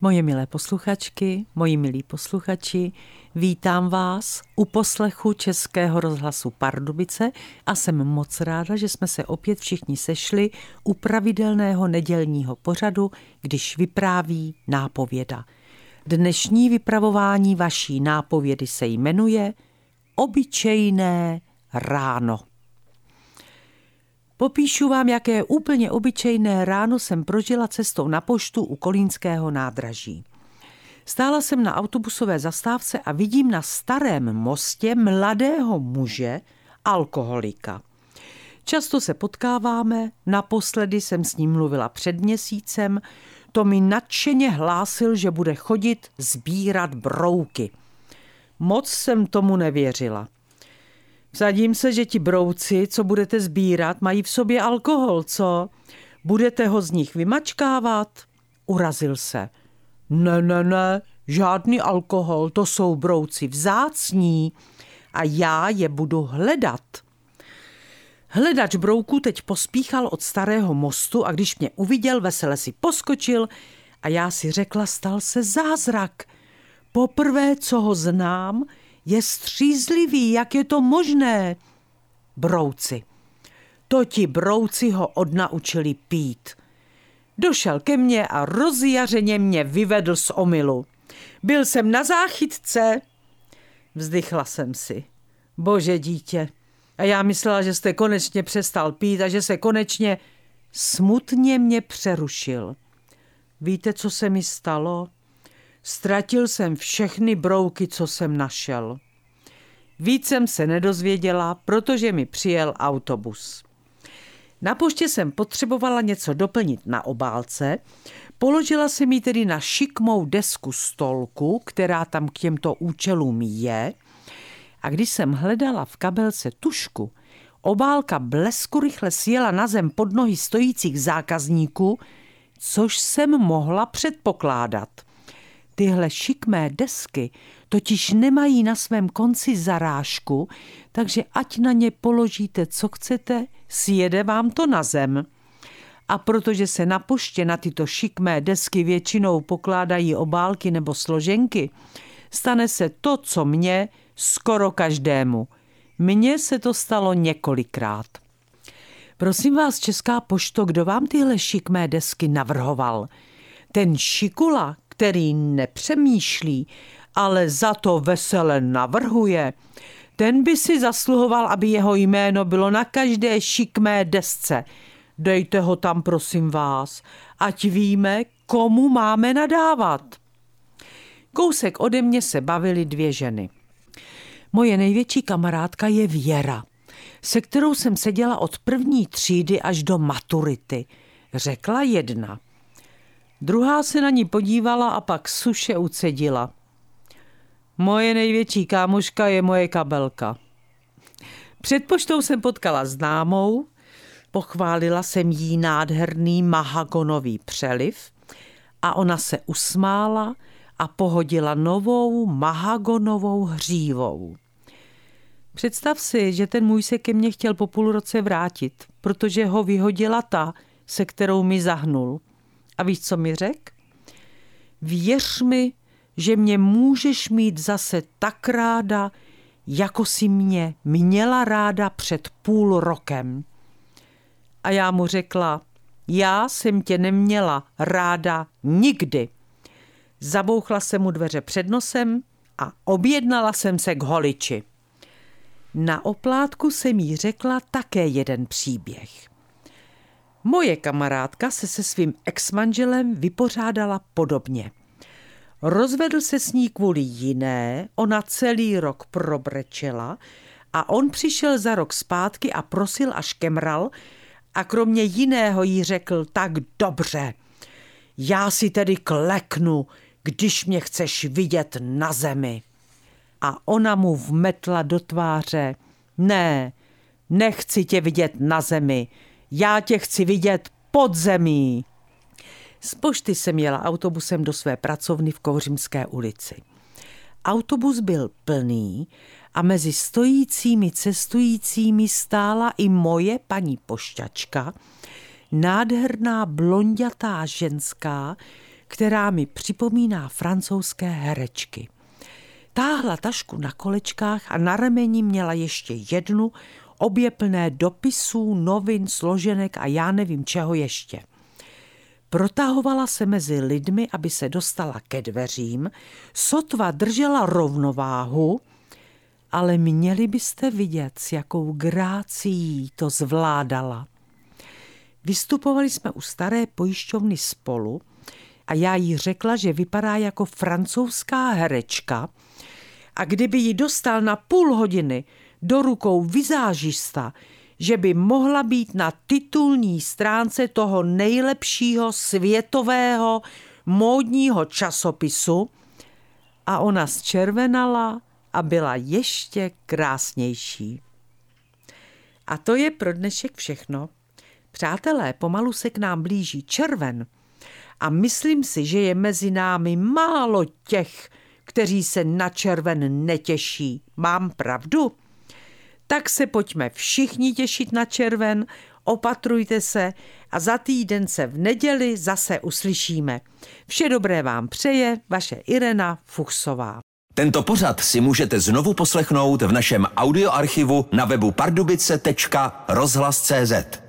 Moje milé posluchačky, moji milí posluchači, vítám vás u poslechu Českého rozhlasu Pardubice a jsem moc ráda, že jsme se opět všichni sešli u pravidelného nedělního pořadu, když vypráví nápověda. Dnešní vypravování vaší nápovědy se jmenuje Obyčejné ráno. Popíšu vám, jaké úplně obyčejné ráno jsem prožila cestou na poštu u Kolínského nádraží. Stála jsem na autobusové zastávce a vidím na starém mostě mladého muže, alkoholika. Často se potkáváme, naposledy jsem s ním mluvila před měsícem, to mi nadšeně hlásil, že bude chodit sbírat brouky. Moc jsem tomu nevěřila. Vsadím se, že ti brouci, co budete sbírat, mají v sobě alkohol, co? Budete ho z nich vymačkávat? Urazil se. Ne, žádný alkohol, to jsou brouci vzácní a já je budu hledat. Hledač brouků teď pospíchal od starého mostu a když mě uviděl, vesele si poskočil a já si řekla, stal se zázrak. Poprvé, co ho znám, je střízlivý, jak je to možné? Brouci. To ti brouci ho odnaučili pít. Došel ke mně a rozjařeně mě vyvedl z omylu. Byl jsem na záchytce. Vzdychla jsem si. Bože dítě. A já myslela, že jste konečně přestal pít a že se konečně smutně mě přerušil. Víte, co se mi stalo? Ztratil jsem všechny brouky, co jsem našel. Víc jsem se nedozvěděla, protože mi přijel autobus. Na poště jsem potřebovala něco doplnit na obálce, položila jsem ji tedy na šikmou desku stolku, která tam k těmto účelům je, a když jsem hledala v kabelce tužku, obálka bleskurychle sjela na zem pod nohy stojících zákazníků, což jsem mohla předpokládat. Tyhle šikmé desky totiž nemají na svém konci zarážku, takže ať na ně položíte, co chcete, sjede vám to na zem. A protože se na poště na tyto šikmé desky většinou pokládají obálky nebo složenky, stane se to, co mně, skoro každému. Mně se to stalo několikrát. Prosím vás, Česká pošto, kdo vám tyhle šikmé desky navrhoval? Ten šikula, který nepřemýšlí, ale za to vesele navrhuje, ten by si zasluhoval, aby jeho jméno bylo na každé šikmé desce. Dejte ho tam, prosím vás, ať víme, komu máme nadávat. Kousek ode mě se bavily dvě ženy. Moje největší kamarádka je Věra, se kterou jsem seděla od první třídy až do maturity, řekla jedna. Druhá se na ní podívala a pak suše ucedila. Moje největší kámoška je moje kabelka. Před poštou jsem potkala známou, pochválila jsem jí nádherný mahagonový přeliv a ona se usmála a pohodila novou mahagonovou hřívou. Představ si, že ten můj se ke mně chtěl po půl roce vrátit, protože ho vyhodila ta, se kterou mi zahnul. A víš, co mi řekl? Věř mi, že mě můžeš mít zase tak ráda, jako si mě měla ráda před půl rokem. A já mu řekla, já jsem tě neměla ráda nikdy. Zabouchla jsem mu dveře před nosem a objednala jsem se k holiči. Na oplátku jsem jí řekla také jeden příběh. Moje kamarádka se svým exmanželem vypořádala podobně. Rozvedl se s ní kvůli jiné, ona celý rok probrečela a on přišel za rok zpátky a prosil a škemral a kromě jiného jí řekl, tak dobře, já si tedy kleknu, když mě chceš vidět na zemi. A ona mu vmetla do tváře, ne, nechci tě vidět na zemi, já tě chci vidět pod zemí. Z pošty jsem jela autobusem do své pracovny v Kovřimské ulici. Autobus byl plný a mezi stojícími cestujícími stála i moje paní pošťačka, nádherná blonďatá ženská, která mi připomíná francouzské herečky. Táhla tašku na kolečkách a na rameni měla ještě jednu, obě plné dopisů, novin, složenek a já nevím čeho ještě. Protahovala se mezi lidmi, aby se dostala ke dveřím, sotva držela rovnováhu, ale měli byste vidět, s jakou grácií to zvládala. Vystupovali jsme u staré pojišťovny spolu a já jí řekla, že vypadá jako francouzská herečka a kdyby ji dostal na půl hodiny do rukou vizážista, že by mohla být na titulní stránce toho nejlepšího světového módního časopisu a ona zčervenala a byla ještě krásnější. A to je pro dnešek všechno. Přátelé, pomalu se k nám blíží červen a myslím si, že je mezi námi málo těch, kteří se na červen netěší. Mám pravdu? Tak se pojďme všichni těšit na červen, opatrujte se a za týden se v neděli zase uslyšíme. Vše dobré vám přeje vaše Irena Fuchsová. Tento pořad si můžete znovu poslechnout v našem audioarchivu na webu pardubice.rozhlas.cz.